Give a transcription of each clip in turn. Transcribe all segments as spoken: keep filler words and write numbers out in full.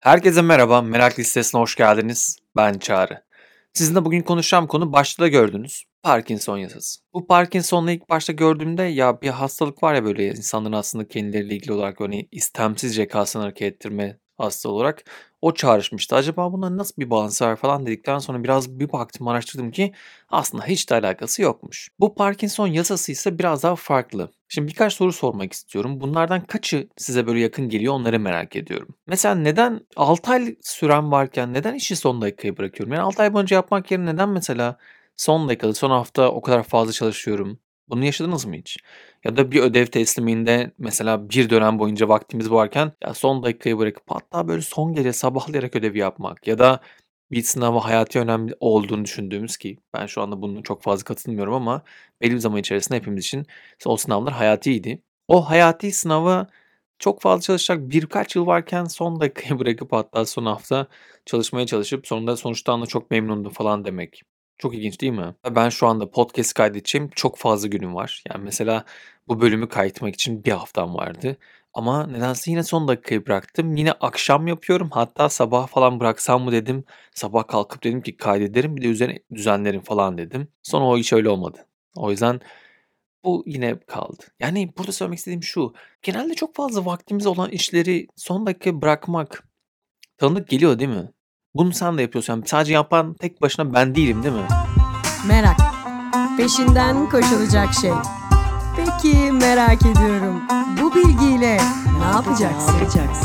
Herkese merhaba, Merak Listesi'ne hoş geldiniz. Ben Çağrı. Sizinle bugün konuşacağım konu başta da gördünüz. Parkinson yasası. Bu Parkinson'u ilk başta gördüğümde ya bir hastalık var ya böyle insanların aslında kendileriyle ilgili olarak hani istemsizce kaslarını hareket ettirme hastalığı olarak o çağrışmıştı. Acaba bunların nasıl bir bağlantısı var falan dedikten sonra biraz bir baktım araştırdım ki aslında hiç de alakası yokmuş. Bu Parkinson yasası ise biraz daha farklı. Şimdi birkaç soru sormak istiyorum. Bunlardan kaçı size böyle yakın geliyor onları merak ediyorum. Mesela neden altı ay süren varken neden işi son dakikaya bırakıyorum? Yani altı ay boyunca yapmak yerine neden mesela son dakikada, son hafta o kadar fazla çalışıyorum? Bunu yaşadınız mı hiç? Ya da bir ödev tesliminde mesela bir dönem boyunca vaktimiz varken ya son dakikaya bırakıp hatta böyle son gece sabahlayarak ödevi yapmak ya da bir sınava hayati önemli olduğunu düşündüğümüz ki ben şu anda bunun çok fazla katılmıyorum ama belli bir zaman içerisinde hepimiz için o sınavlar hayatiydi. O hayati sınava çok fazla çalışacak birkaç yıl varken son dakikaya bırakıp hatta son hafta çalışmaya çalışıp sonunda sonuçtan da çok memnundum falan demek. Çok ilginç değil mi? Ben şu anda podcast kaydedeceğim çok fazla günüm var. Yani mesela bu bölümü kaydetmek için bir haftam vardı. Ama nedense yine son dakikaya bıraktım. Yine akşam yapıyorum. Hatta sabah falan bıraksam mı dedim. Sabah kalkıp dedim ki kaydederim bir de üzerine düzenlerim falan dedim. Sonra o iş öyle olmadı. O yüzden bu yine kaldı. Yani burada söylemek istediğim şu. Genelde çok fazla vaktimiz olan işleri son dakikaya bırakmak tanıdık geliyor değil mi? Bunu sen de yapıyorsun. Yani sadece yapan tek başına ben değilim değil mi? Merak. Peşinden koşulacak şey. Peki merak ediyorum. Bu bilgiyle ne yapacaksın?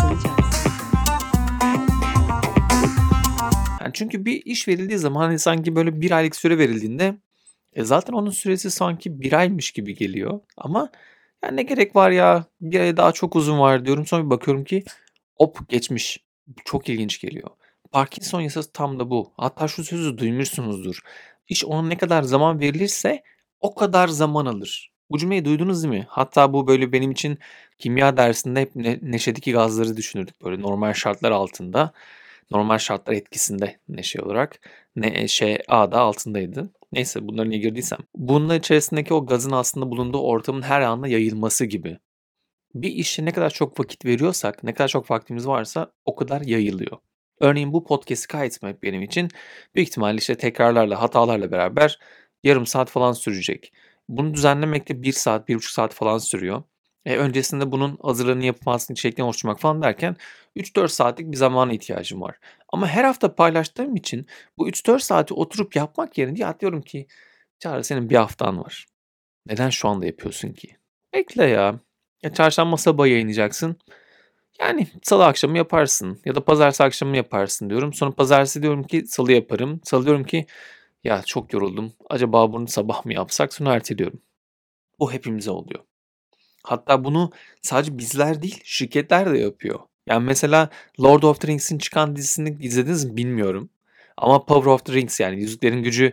Yani çünkü bir iş verildiği zaman hani sanki böyle bir aylık süre verildiğinde e zaten onun süresi sanki bir aymış gibi geliyor. Ama ya ne gerek var ya bir ay daha çok uzun var diyorum. Sonra bir bakıyorum ki hop geçmiş. Çok ilginç geliyor. Parkinson yasası tam da bu. Hatta şu sözü duymuşsunuzdur. İş ona ne kadar zaman verilirse o kadar zaman alır. Bu cümleyi duydunuz değil mi? Hatta bu böyle benim için kimya dersinde hep ne, neşedeki gazları düşünürdük. Böyle normal şartlar altında. Normal şartlar etkisinde neşe olarak. Ne şey A da altındaydı. Neyse bunlara niye girdiysem. Bunun içerisindeki o gazın aslında bulunduğu ortamın her anda yayılması gibi. Bir işe ne kadar çok vakit veriyorsak, ne kadar çok vaktimiz varsa o kadar yayılıyor. Örneğin bu podcast'i kaydetmek benim için büyük ihtimalle işte tekrarlarla, hatalarla beraber yarım saat falan sürecek. Bunu düzenlemek de bir saat, bir buçuk saat falan sürüyor. E, öncesinde bunun hazırlığını yapılmasını, şeklini oluşturmak falan derken üç dört saatlik bir zamana ihtiyacım var. Ama her hafta paylaştığım için bu üç dört saati oturup yapmak yerine ya diyorum ki Çağrı senin bir haftan var. Neden şu anda yapıyorsun ki? Bekle ya. Ya çarşamba sabahı yayınlayacaksın. Yani salı akşamı yaparsın ya da pazartesi akşamı yaparsın diyorum. Sonra pazartesi diyorum ki salı yaparım. Salı diyorum ki ya çok yoruldum. Acaba bunu sabah mı yapsak? Sonra erteliyorum. Bu hepimize oluyor. Hatta bunu sadece bizler değil şirketler de yapıyor. Yani mesela Lord of the Rings'in çıkan dizisini izlediniz mi bilmiyorum. Ama Power of the Rings yani Yüzüklerin Gücü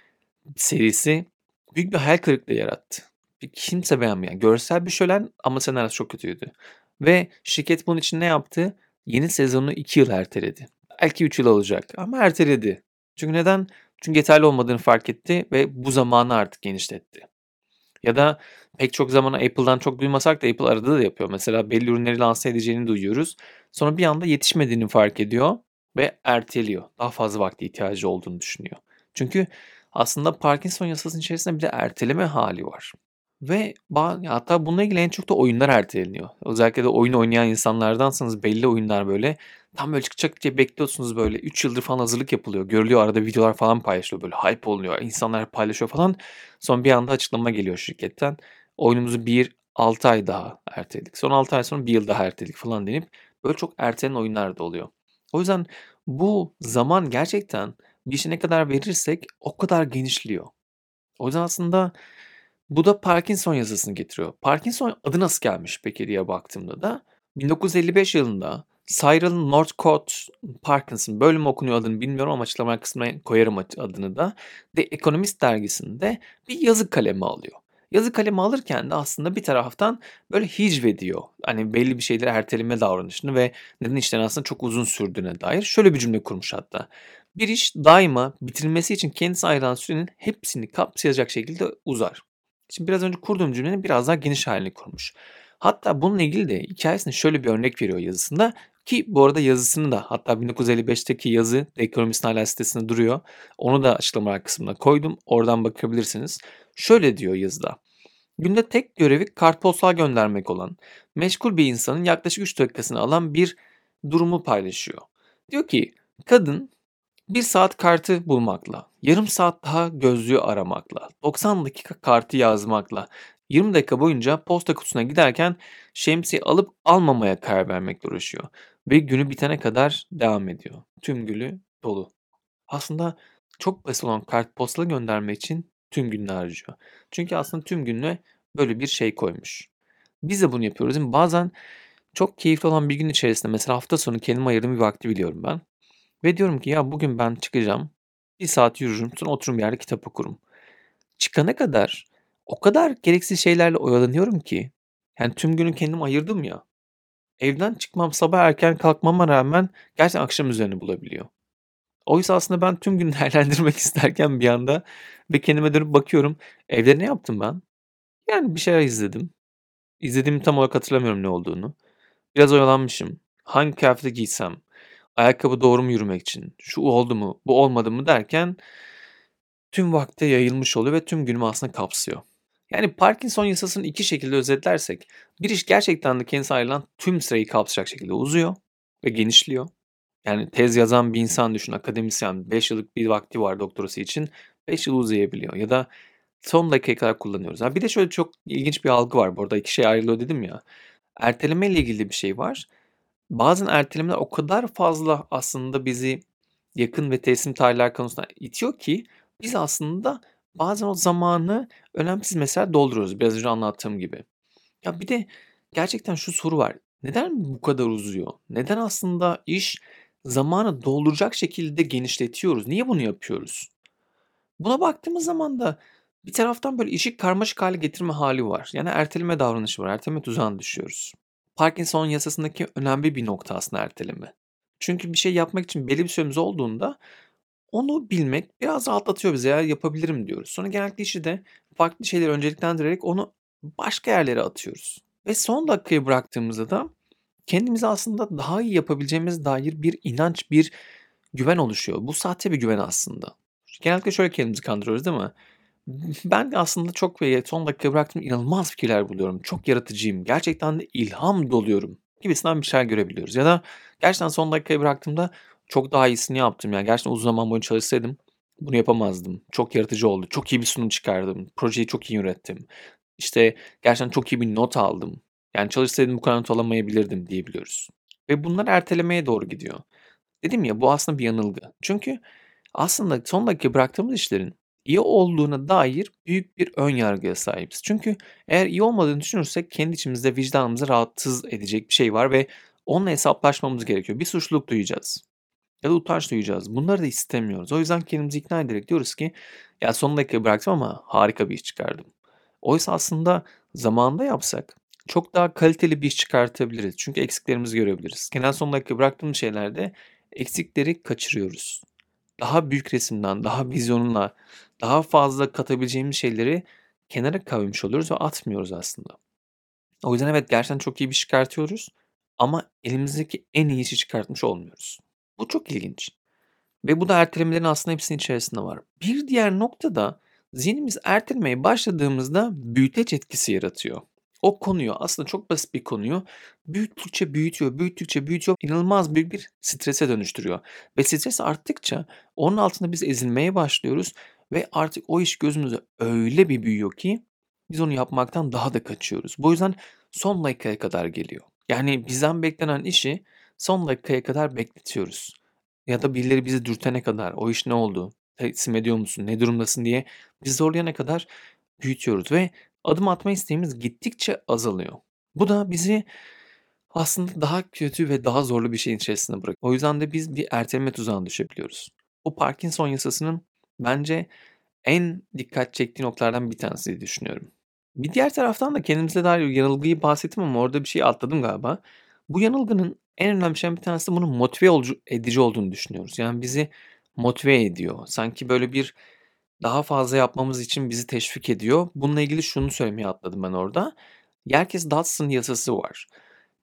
serisi büyük bir hayal kırıklığı yarattı. Kimse beğenmiyor. Yani görsel bir şölen ama senaryosu çok kötüydü. Ve şirket bunun için ne yaptı? Yeni sezonu iki yıl erteledi. Belki üç yıl olacak ama erteledi. Çünkü neden? Çünkü yeterli olmadığını fark etti ve bu zamanı artık genişletti. Ya da pek çok zaman Apple'dan çok duymasak da Apple arada da yapıyor. Mesela belli ürünleri lanse edeceğini duyuyoruz. Sonra bir anda yetişmediğini fark ediyor ve erteliyor. Daha fazla vakti ihtiyacı olduğunu düşünüyor. Çünkü aslında Parkinson yasasının içerisinde bir de erteleme hali var. Ve ba- hatta bununla ilgili en çok da oyunlar erteleniyor. Özellikle de oyun oynayan insanlardansanız belli oyunlar böyle tam böyle çıkacak diye bekliyorsunuz böyle. üç yıldır falan hazırlık yapılıyor. Görülüyor arada videolar falan paylaşılıyor. Böyle hype oluyor. İnsanlar paylaşıyor falan. Son bir anda açıklama geliyor şirketten. Oyunumuzu bir altı ay daha erteledik. Son altı ay sonra bir yıl daha erteledik falan denip böyle çok ertelenen oyunlar da oluyor. O yüzden bu zaman gerçekten bir işe ne kadar verirsek o kadar genişliyor. O yüzden aslında bu da Parkinson yasasını getiriyor. Parkinson adı nasıl gelmiş peki diye baktığımda da bin dokuz yüz elli beş yılında Cyril Northcote Parkinson böyle mi okunuyor adını bilmiyorum ama açıklama kısmına koyarım adını da. The Economist dergisinde bir yazı kalemi alıyor. Yazı kalemi alırken de aslında bir taraftan böyle hicvediyor. Hani belli bir şeyleri erteleme davranışını ve neden işlerin aslında çok uzun sürdüğüne dair şöyle bir cümle kurmuş hatta. Bir iş daima bitirilmesi için kendisi ayrılan sürenin hepsini kapsayacak şekilde uzar. Şimdi biraz önce kurduğum cümlenin biraz daha geniş halini kurmuş. Hatta bununla ilgili de hikâyesinde şöyle bir örnek veriyor yazısında. Ki bu arada yazısını da hatta bin dokuz yüz elli beşteki yazı The Economist'in hala sitesinde duruyor. Onu da açıklamalar kısmına koydum. Oradan bakabilirsiniz. Şöyle diyor yazıda. Günde tek görevi kartpostal göndermek olan, meşgul bir insanın yaklaşık üç dakikasını alan bir durumu paylaşıyor. Diyor ki kadın bir saat kartı bulmakla, yarım saat daha gözlüğü aramakla, doksan dakika kartı yazmakla, yirmi dakika boyunca posta kutusuna giderken şemsiye alıp almamaya karar vermekle uğraşıyor. Ve günü bitene kadar devam ediyor. Tüm günü dolu. Aslında çok basit olan kartpostalı gönderme için tüm gününü harcıyor. Çünkü aslında tüm gününe böyle bir şey koymuş. Biz de bunu yapıyoruz değil mi? Bazen çok keyifli olan bir gün içerisinde mesela hafta sonu kendime ayırdığım bir vakti biliyorum ben. Ve diyorum ki ya bugün ben çıkacağım. Bir saat yürürüm sonra otururum bir yerde kitap okurum. Çıkana kadar o kadar gereksiz şeylerle oyalanıyorum ki. Yani tüm günü kendim ayırdım ya. Evden çıkmam sabah erken kalkmama rağmen gerçekten akşam üzerine bulabiliyor. Oysa aslında ben tüm günü değerlendirmek isterken bir anda ve kendime dönüp bakıyorum. Evde ne yaptım ben? Yani bir şeyler izledim. İzlediğimi tam olarak hatırlamıyorum ne olduğunu. Biraz oyalanmışım. Hangi kıyafeti giysem? Ayakkabı doğru mu yürümek için? Şu oldu mu? Bu olmadı mı derken tüm vakte yayılmış oluyor ve tüm günümü aslında kapsıyor. Yani Parkinson yasasını iki şekilde özetlersek, bir iş gerçekten de kendisine ayrılan tüm süreyi kapsayacak şekilde uzuyor ve genişliyor. Yani tez yazan bir insan düşün, akademisyen beş yıllık bir vakti var doktorası için, beş yıl uzayabiliyor ya da son dakikaya kadar kullanıyoruz. Ha bir de şöyle çok ilginç bir algı var bu arada, iki şey ayrılıyor dedim ya. Erteleme ile ilgili bir şey var. Bazen ertelemeler o kadar fazla aslında bizi yakın ve teslim tarihler konusunda itiyor ki biz aslında bazen o zamanı önemsiz mesela dolduruyoruz biraz önce anlattığım gibi. Ya bir de gerçekten şu soru var. Neden bu kadar uzuyor? Neden aslında iş zamanı dolduracak şekilde genişletiyoruz? Niye bunu yapıyoruz? Buna baktığımız zaman da bir taraftan böyle işi karmaşık hale getirme hali var. Yani erteleme davranışı var. Erteleme tuzağına düşüyoruz. Parkinson yasasındaki önemli bir nokta aslında erteleme. Çünkü bir şey yapmak için belli bir süremiz olduğunda onu bilmek biraz rahatlatıyor bizi. Ya yapabilirim diyoruz. Sonra genellikle işi de farklı şeyleri önceliklendirerek onu başka yerlere atıyoruz. Ve son dakikaya bıraktığımızda da kendimize aslında daha iyi yapabileceğimize dair bir inanç, bir güven oluşuyor. Bu sahte bir güven aslında. Genellikle şöyle kendimizi kandırıyoruz değil mi? Ben aslında çok ve son dakikaya bıraktığım inanılmaz fikirler buluyorum. Çok yaratıcıyım. Gerçekten de ilham doluyorum gibisinden bir şeyler görebiliyoruz. Ya da gerçekten son dakikaya bıraktığımda çok daha iyisini yaptım. Yani gerçekten uzun zaman boyunca çalışsaydım bunu yapamazdım. Çok yaratıcı oldu. Çok iyi bir sunum çıkardım. Projeyi çok iyi yönettim. İşte gerçekten çok iyi bir not aldım. Yani çalışsaydım bu kadar not alamayabilirdim diyebiliyoruz. Ve bunlar ertelemeye doğru gidiyor. Dedim ya bu aslında bir yanılgı. Çünkü aslında son dakika bıraktığımız işlerin iyi olduğuna dair büyük bir ön yargıya sahibiz. Çünkü eğer iyi olmadığını düşünürsek kendi içimizde vicdanımızı rahatsız edecek bir şey var ve onunla hesaplaşmamız gerekiyor. Bir suçluluk duyacağız ya da utanç duyacağız. Bunları da istemiyoruz. O yüzden kendimizi ikna ederek diyoruz ki ya son dakika bıraktım ama harika bir iş çıkardım. Oysa aslında zamanında yapsak çok daha kaliteli bir iş çıkartabiliriz. Çünkü eksiklerimizi görebiliriz. Genel son dakika bıraktığımız şeylerde eksikleri kaçırıyoruz. Daha büyük resimden, daha vizyonla, daha fazla katabileceğimiz şeyleri kenara koymuş oluyoruz ve atmıyoruz aslında. O yüzden evet gerçekten çok iyi bir iş çıkartıyoruz ama elimizdeki en iyi işi çıkartmış olmuyoruz. Bu çok ilginç. Ve bu da ertelemelerin aslında hepsinin içerisinde var. Bir diğer nokta da zihnimiz ertelemeye başladığımızda büyüteç etkisi yaratıyor. O konuyu aslında çok basit bir konuyu büyüttükçe büyütüyor, büyüttükçe büyütüyor. İnanılmaz büyük bir strese dönüştürüyor. Ve stres arttıkça onun altında biz ezilmeye başlıyoruz ve artık o iş gözümüze öyle bir büyüyor ki biz onu yapmaktan daha da kaçıyoruz. Bu yüzden son dakikaya kadar geliyor. Yani bizden beklenen işi son dakikaya kadar bekletiyoruz. Ya da birileri bizi dürtene kadar, o iş ne oldu, teslim ediyor musun, ne durumdasın diye bizi zorlayana kadar büyütüyoruz ve adım atma isteğimiz gittikçe azalıyor. Bu da bizi aslında daha kötü ve daha zorlu bir şeyin içerisine bırakıyor. O yüzden de biz bir erteleme tuzağına düşebiliyoruz. Bu Parkinson yasasının bence en dikkat çektiği noktalardan bir tanesi diye düşünüyorum. Bir diğer taraftan da kendimize dair yanılgıyı bahsettim ama orada bir şey atladım galiba. Bu yanılgının en önemli şeylerden bir tanesi de bunun motive olucu edici olduğunu düşünüyoruz. Yani bizi motive ediyor. Sanki böyle bir daha fazla yapmamız için bizi teşvik ediyor. Bununla ilgili şunu söylemeye atladım ben orada. Yerkes Dodson yasası var.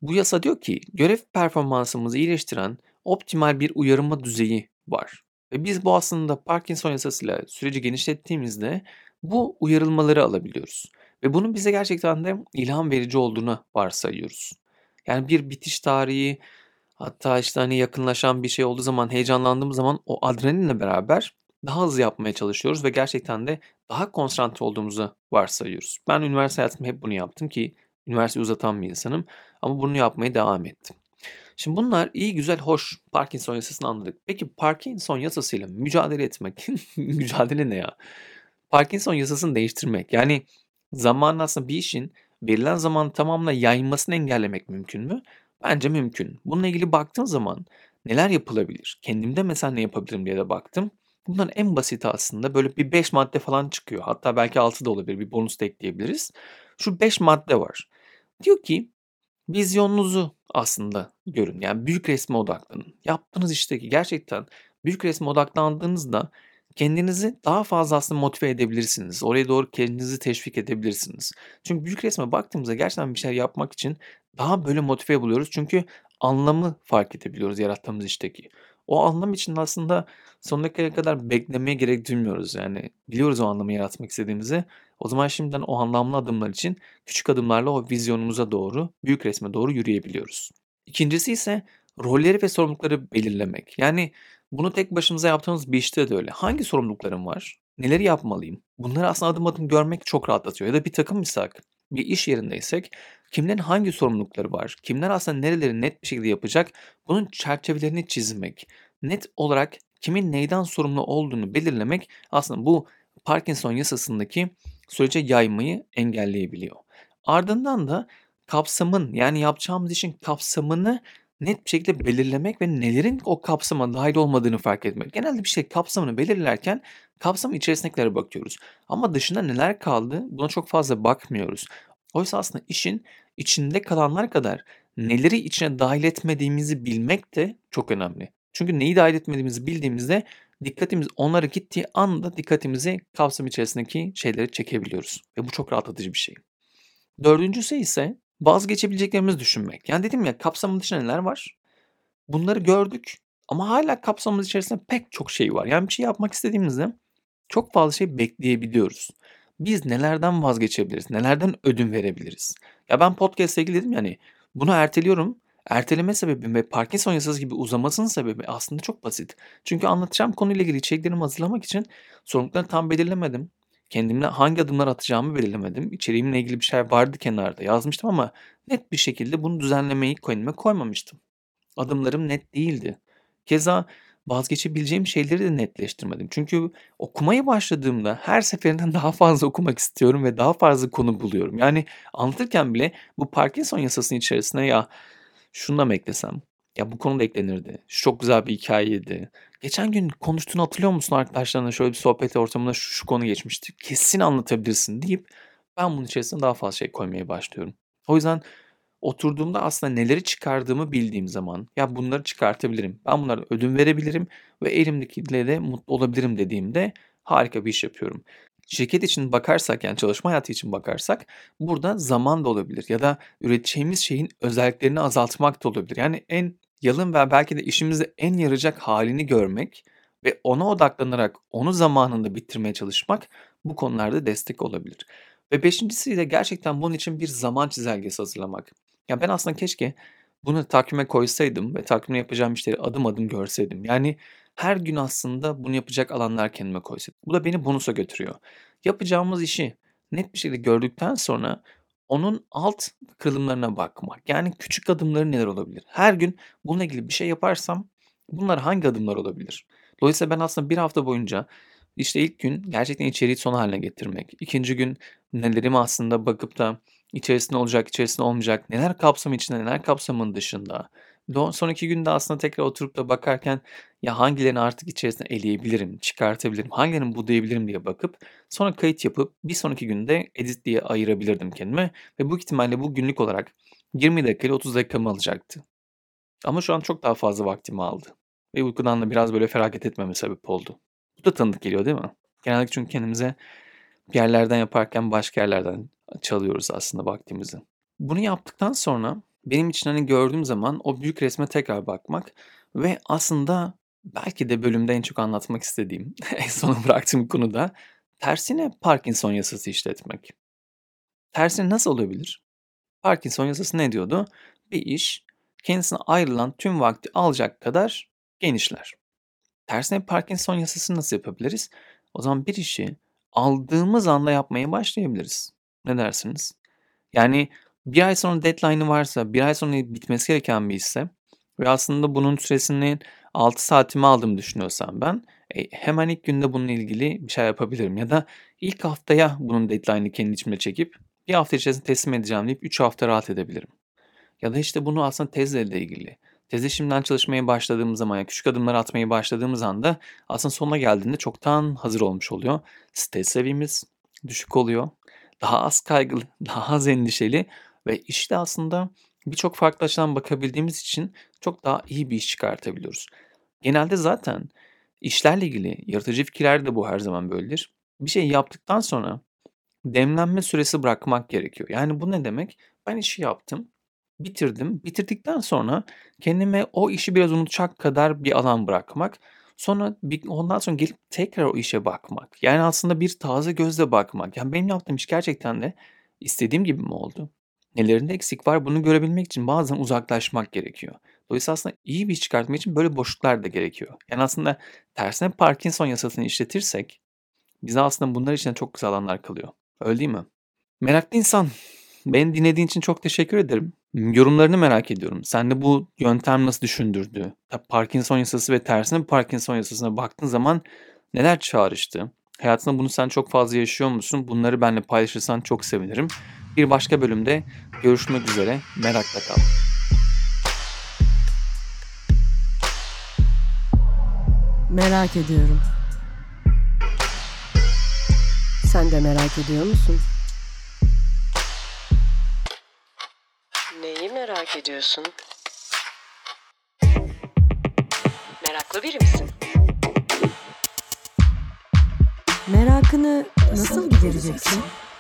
Bu yasa diyor ki görev performansımızı iyileştiren optimal bir uyarılma düzeyi var. Ve biz bu aslında Parkinson yasasıyla süreci genişlettiğimizde bu uyarılmaları alabiliyoruz. Ve bunun bize gerçekten de ilham verici olduğunu varsayıyoruz. Yani bir bitiş tarihi, hatta işte hani yakınlaşan bir şey olduğu zaman, heyecanlandığımız zaman o adrenalinle beraber daha hızlı yapmaya çalışıyoruz ve gerçekten de daha konsantre olduğumuzu varsayıyoruz. Ben üniversite hayatımda hep bunu yaptım ki üniversiteyi uzatan bir insanım ama bunu yapmaya devam ettim. Şimdi bunlar iyi, güzel, hoş. Parkinson yasasını anladık. Peki Parkinson yasasıyla mücadele etmek, mücadele ne ya? Parkinson yasasını değiştirmek. Yani zamanın aslında bir işin verilen zaman tamamına yayılmasını engellemek mümkün mü? Bence mümkün. Bununla ilgili baktığım zaman neler yapılabilir? Kendimde mesela ne yapabilirim diye de baktım. Bunların en basiti aslında böyle bir beş madde falan çıkıyor. Hatta belki altı da olabilir. Bir bonus da ekleyebiliriz. Şu beş madde var. Diyor ki vizyonunuzu aslında görün. Yani büyük resme odaklanın. Yaptığınız işteki gerçekten büyük resme odaklandığınızda kendinizi daha fazla aslında motive edebilirsiniz. Oraya doğru kendinizi teşvik edebilirsiniz. Çünkü büyük resme baktığımızda gerçekten bir şeyler yapmak için daha böyle motive buluyoruz. Çünkü anlamı fark edebiliyoruz yarattığımız işteki. O anlam için aslında son dakikaya kadar beklemeye gerek duymuyoruz. Yani biliyoruz o anlamı yaratmak istediğimizi. O zaman şimdiden o anlamlı adımlar için küçük adımlarla o vizyonumuza doğru, büyük resme doğru yürüyebiliyoruz. İkincisi ise rolleri ve sorumlulukları belirlemek. Yani bunu tek başımıza yaptığımız bir işte de öyle. Hangi sorumluluklarım var? Neleri yapmalıyım? Bunları aslında adım adım görmek çok rahatlatıyor. Ya da bir takımmışsak, bir iş yerindeysek kimlerin hangi sorumlulukları var? Kimler aslında nereleri net bir şekilde yapacak? Bunun çerçevelerini çizmek. Net olarak kimin neyden sorumlu olduğunu belirlemek aslında bu Parkinson yasasındaki sürece yaymayı engelleyebiliyor. Ardından da kapsamın, yani yapacağımız işin kapsamını net bir şekilde belirlemek ve nelerin o kapsama dahil olmadığını fark etmek. Genelde bir şey kapsamını belirlerken kapsamın içerisindekilere bakıyoruz. Ama dışında neler kaldı buna çok fazla bakmıyoruz. Oysa aslında işin içinde kalanlar kadar neleri içine dahil etmediğimizi bilmek de çok önemli. Çünkü neyi dahil etmediğimizi bildiğimizde dikkatimiz onlara gittiği anda dikkatimizi kapsam içerisindeki şeylere çekebiliyoruz ve bu çok rahatlatıcı bir şey. Dördüncüsü ise vazgeçebileceklerimizi düşünmek. Yani dedim ya kapsamın dışında neler var? Bunları gördük ama hala kapsamımız içerisinde pek çok şey var. Yani bir şey yapmak istediğimizde çok fazla şey bekleyebiliyoruz. Biz nelerden vazgeçebiliriz? Nelerden ödün verebiliriz? Ya ben podcast'le ilgili dedim yani bunu erteliyorum. Erteleme sebebim ve Parkinson yasası gibi uzamasının sebebi aslında çok basit. Çünkü anlatacağım konuyla ilgili içeriklerimi hazırlamak için sorumluluklarını tam belirlemedim. Kendimle hangi adımlar atacağımı belirlemedim. İçeriğimle ilgili bir şey vardı kenarda yazmıştım ama net bir şekilde bunu düzenlemeyi kendime koymamıştım. Adımlarım net değildi. Keza vazgeçebileceğim şeyleri de netleştirmedim. Çünkü okumaya başladığımda her seferinde daha fazla okumak istiyorum ve daha fazla konu buluyorum. Yani anlatırken bile bu Parkinson yasasının içerisine ya şunu da mı eklesem? Ya bu konu da eklenirdi. Şu çok güzel bir hikâyeydi. Geçen gün konuştuğunu hatırlıyor musun arkadaşlarınla şöyle bir sohbet ortamında şu, şu konu geçmişti. Kesin anlatabilirsin deyip ben bunun içerisine daha fazla şey koymaya başlıyorum. O yüzden oturduğumda aslında neleri çıkardığımı bildiğim zaman ya bunları çıkartabilirim. Ben bunlara ödün verebilirim ve elimdekiyle de mutlu olabilirim dediğimde harika bir iş yapıyorum. Şirket için bakarsak yani çalışma hayatı için bakarsak burada zaman da olabilir ya da üreteceğimiz şeyin özelliklerini azaltmak da olabilir. Yani en yalın ve belki de işimize en yarayacak halini görmek ve ona odaklanarak onu zamanında bitirmeye çalışmak bu konularda destek olabilir. Ve beşincisi de gerçekten bunun için bir zaman çizelgesi hazırlamak. Ya ben aslında keşke bunu takvime koysaydım ve takvimde yapacağım işleri adım adım görseydim. Yani her gün aslında bunu yapacak alanlar kendime koysaydım. Bu da beni bonusa götürüyor. Yapacağımız işi net bir şekilde gördükten sonra onun alt kırılımlarına bakmak. Yani küçük adımları neler olabilir? Her gün bununla ilgili bir şey yaparsam bunlar hangi adımlar olabilir? Dolayısıyla ben aslında bir hafta boyunca işte ilk gün gerçekten içeriği son haline getirmek. İkinci gün nelerimi aslında bakıp da içerisinde olacak, içerisinde olmayacak, neler kapsam içinde, neler kapsamın dışında. Do sonraki günde aslında tekrar oturup da bakarken ya hangilerini artık içerisine eleyebilirim, çıkartabilirim, hangilerini budayabilirim diye bakıp sonra kayıt yapıp bir sonraki günde edit diye ayırabilirdim kendime ve büyük ihtimalle bu günlük olarak yirmi dakika ile otuz dakikamı alacaktı. Ama şu an çok daha fazla vaktimi aldı ve uykudan da biraz böyle feragat etmeme sebep oldu. Bu da tanıdık geliyor değil mi? Genellikle çünkü kendimize bir yerlerden yaparken başka yerlerden çalıyoruz aslında vaktimizi. Bunu yaptıktan sonra Benim için hani gördüğüm zaman o büyük resme tekrar bakmak ve aslında belki de bölümde en çok anlatmak istediğim, en sona bıraktığım konu da tersine Parkinson yasası işletmek. Tersine nasıl olabilir? Parkinson yasası ne diyordu? Bir iş kendisine ayrılan tüm vakti alacak kadar genişler. Tersine Parkinson yasasını nasıl yapabiliriz? O zaman bir işi aldığımız anda yapmaya başlayabiliriz. Ne dersiniz? Yani bir ay sonra deadline'ı varsa, bir ay sonra bitmesi gereken bir işse ve aslında bunun süresinin altı saatimi aldığımı düşünüyorsam ben e, hemen ilk günde bununla ilgili bir şey yapabilirim. Ya da ilk haftaya bunun deadline'ını kendi içimde çekip bir hafta içerisinde teslim edeceğim deyip üç hafta rahat edebilirim. Ya da işte bunu aslında tezle de ilgili. Teze şimdiden çalışmaya başladığımız zaman, ya küçük adımlar atmaya başladığımız anda aslında sonuna geldiğinde çoktan hazır olmuş oluyor. Stres seviyemiz düşük oluyor. Daha az kaygılı, daha az endişeli ve işte aslında birçok farklı açıdan bakabildiğimiz için çok daha iyi bir iş çıkartabiliyoruz. Genelde zaten işlerle ilgili yaratıcı fikirlerde de bu her zaman böyledir. Bir şey yaptıktan sonra demlenme süresi bırakmak gerekiyor. Yani bu ne demek? Ben işi yaptım, bitirdim. Bitirdikten sonra kendime o işi biraz unutacak kadar bir alan bırakmak. Sonra bir, ondan sonra gelip tekrar o işe bakmak. Yani aslında bir taze gözle bakmak. Yani benim yaptığım iş gerçekten de istediğim gibi mi oldu? Nelerinde eksik var? Bunu görebilmek için bazen uzaklaşmak gerekiyor. Dolayısıyla aslında iyi bir iş çıkartmak için böyle boşluklar da gerekiyor. Yani aslında tersine Parkinson yasasını işletirsek bize aslında bunlar için de çok güzel alanlar kalıyor. Öyle değil mi? Meraklı insan, beni dinlediğin için çok teşekkür ederim. Yorumlarını merak ediyorum. Sende bu yöntem nasıl düşündürdü? Ya Parkinson yasası ve tersine Parkinson yasasına baktığın zaman neler çağrıştı? Hayatında bunu sen çok fazla yaşıyor musun? Bunları benimle paylaşırsan çok sevinirim. Bir başka bölümde görüşmek üzere. Merakla kal. Merak ediyorum. Sen de merak ediyor musun? Neyi merak ediyorsun? Meraklı biri misin? Merakını nasıl gidereceksin?